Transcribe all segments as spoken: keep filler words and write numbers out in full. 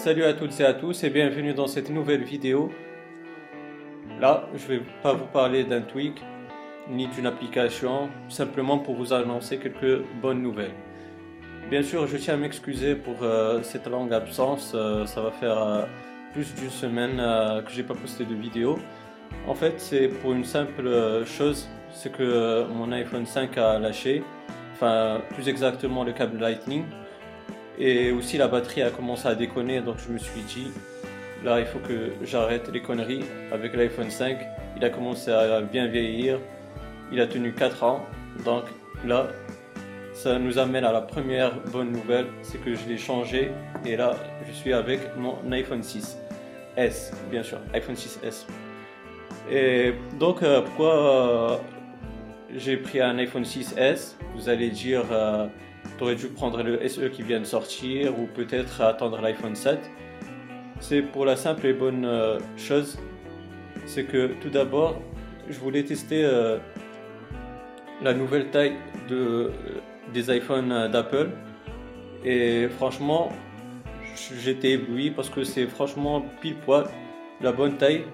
Salut à toutes et à tous et bienvenue dans cette nouvelle vidéo. Là, je vais pas vous parler d'un tweak ni d'une application, simplement pour vous annoncer quelques bonnes nouvelles. Bien sûr, je tiens à m'excuser pour euh, cette longue absence, euh, ça va faire euh, plus d'une semaine euh, que j'ai pas posté de vidéo. En fait, c'est pour une simple euh, chose, c'est que euh, mon iPhone cinq a lâché, enfin plus exactement le câble Lightning. Et aussi la batterie a commencé à déconner, donc je me suis dit, là il faut que j'arrête les conneries avec l'iPhone cinq. Il a commencé à bien vieillir, il a tenu quatre ans, donc là ça nous amène à la première bonne nouvelle, c'est que je l'ai changé et là je suis avec mon iPhone six S, bien sûr, iPhone six S. Et donc euh, pourquoi euh, j'ai pris un iPhone six S? Vous allez dire... Euh, tu aurais dû prendre le S E qui vient de sortir ou peut-être attendre l'iPhone sept. C'est pour la simple et bonne euh, chose, c'est que tout d'abord, je voulais tester euh, la nouvelle taille de, euh, des iPhones d'Apple. Et franchement, j'étais ébloui parce que c'est franchement pile poil la bonne taille.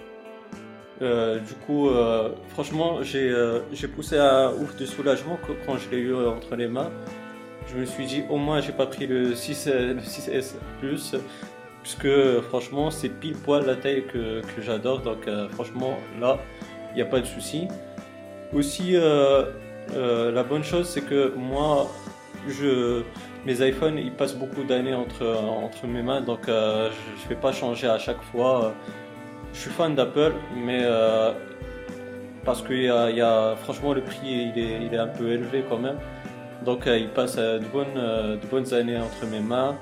Euh, du coup, euh, franchement, j'ai euh, j'ai poussé un ouf de soulagement quand je l'ai eu entre les mains. Je me suis dit, au moins, j'ai pas pris le six, le six S Plus, puisque franchement, c'est pile poil la taille que, que j'adore. Donc, euh, franchement, là, il n'y a pas de souci. Aussi, euh, euh, la bonne chose, c'est que moi, je, mes iPhones, ils passent beaucoup d'années entre, entre mes mains, donc euh, je ne vais pas changer à chaque fois. Je suis fan d'Apple, mais euh, parce que y a, y a, franchement, le prix, il est, il est un peu élevé quand même. Donc euh, il passe euh, de, bonnes, euh, de bonnes années entre mes mains.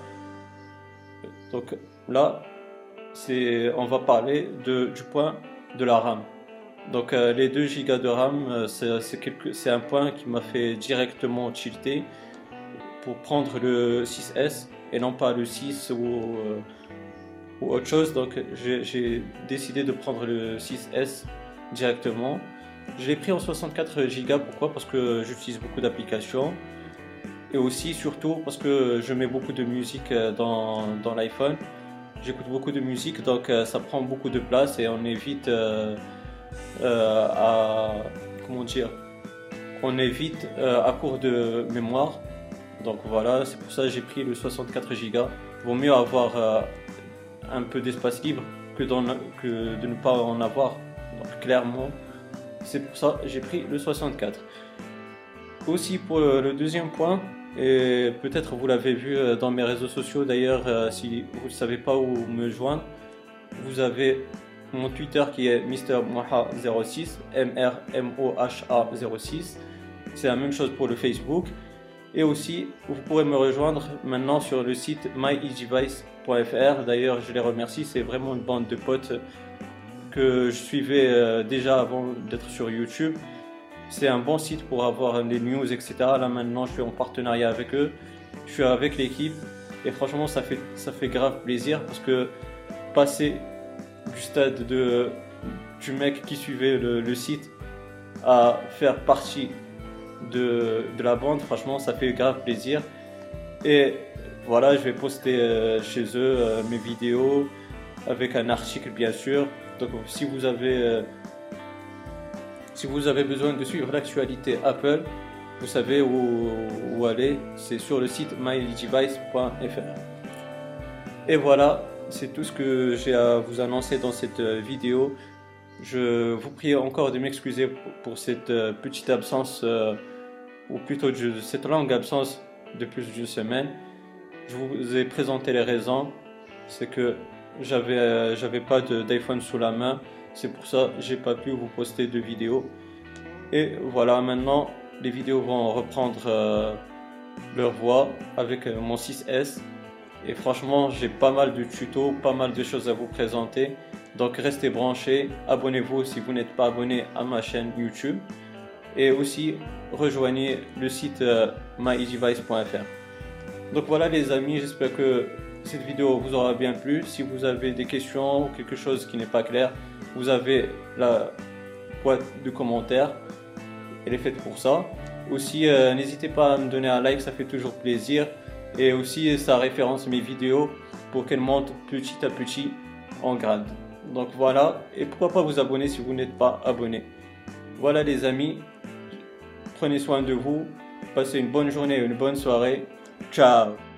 Donc là, c'est, on va parler de, du point de la RAM. Donc euh, les deux gigas de RAM, euh, c'est, c'est, quelque, c'est un point qui m'a fait directement tilter pour prendre le six S et non pas le six ou, euh, ou autre chose. Donc j'ai, j'ai décidé de prendre le six S directement. Je l'ai pris en soixante-quatre gigas, pourquoi? Parce que j'utilise beaucoup d'applications et aussi surtout parce que je mets beaucoup de musique dans, dans l'iPhone. J'écoute beaucoup de musique, donc ça prend beaucoup de place et on évite euh, euh, à comment dire on évite euh, à court de mémoire. Donc voilà, c'est pour ça que j'ai pris le soixante-quatre gigas. Vaut mieux avoir euh, un peu d'espace libre que, dans, que de ne pas en avoir. Donc clairement, c'est pour ça que j'ai pris le soixante-quatre. Aussi pour le deuxième point, et peut-être vous l'avez vu dans mes réseaux sociaux d'ailleurs, si vous ne savez pas où me joindre, vous avez mon Twitter qui est mister moha zéro six, M R M O H A zéro six. C'est la même chose pour le Facebook. Et aussi, vous pourrez me rejoindre maintenant sur le site my e device point f r. D'ailleurs, je les remercie, c'est vraiment une bande de potes que je suivais euh, déjà avant d'être sur YouTube. C'est un bon site pour avoir les news, et cetera. Là maintenant, je suis en partenariat avec eux. Je suis avec l'équipe et franchement, ça fait, ça fait grave plaisir parce que passer du stade de, du mec qui suivait le, le site à faire partie de, de la bande, franchement, ça fait grave plaisir. Et voilà, je vais poster euh, chez eux euh, mes vidéos avec un article, bien sûr. Donc si vous avez euh, si vous avez besoin de suivre l'actualité Apple, vous savez où, où aller, c'est sur le site my e device point f r. Et voilà, c'est tout ce que j'ai à vous annoncer dans cette vidéo. Je vous prie encore de m'excuser pour, pour cette petite absence, euh, ou plutôt de cette longue absence de plus d'une semaine. Je vous ai présenté les raisons, c'est que j'avais euh, j'avais pas de, d'iPhone sous la main, c'est pour ça que j'ai pas pu vous poster de vidéos. Et voilà, maintenant les vidéos vont reprendre euh, leur voie avec euh, mon six S. Et franchement, j'ai pas mal de tutos, pas mal de choses à vous présenter. Donc restez branchés, abonnez-vous si vous n'êtes pas abonné à ma chaîne YouTube. Et aussi rejoignez le site euh, my e device point f r. Donc voilà les amis, j'espère que cette vidéo vous aura bien plu. Si vous avez des questions ou quelque chose qui n'est pas clair, vous avez la boîte de commentaires, elle est faite pour ça. Aussi euh, n'hésitez pas à me donner un like, ça fait toujours plaisir. Et aussi ça référence mes vidéos pour qu'elle monte petit à petit en grade. Donc voilà, et pourquoi pas vous abonner si vous n'êtes pas abonné. Voilà les amis, prenez soin de vous, passez une bonne journée, une bonne soirée. Ciao.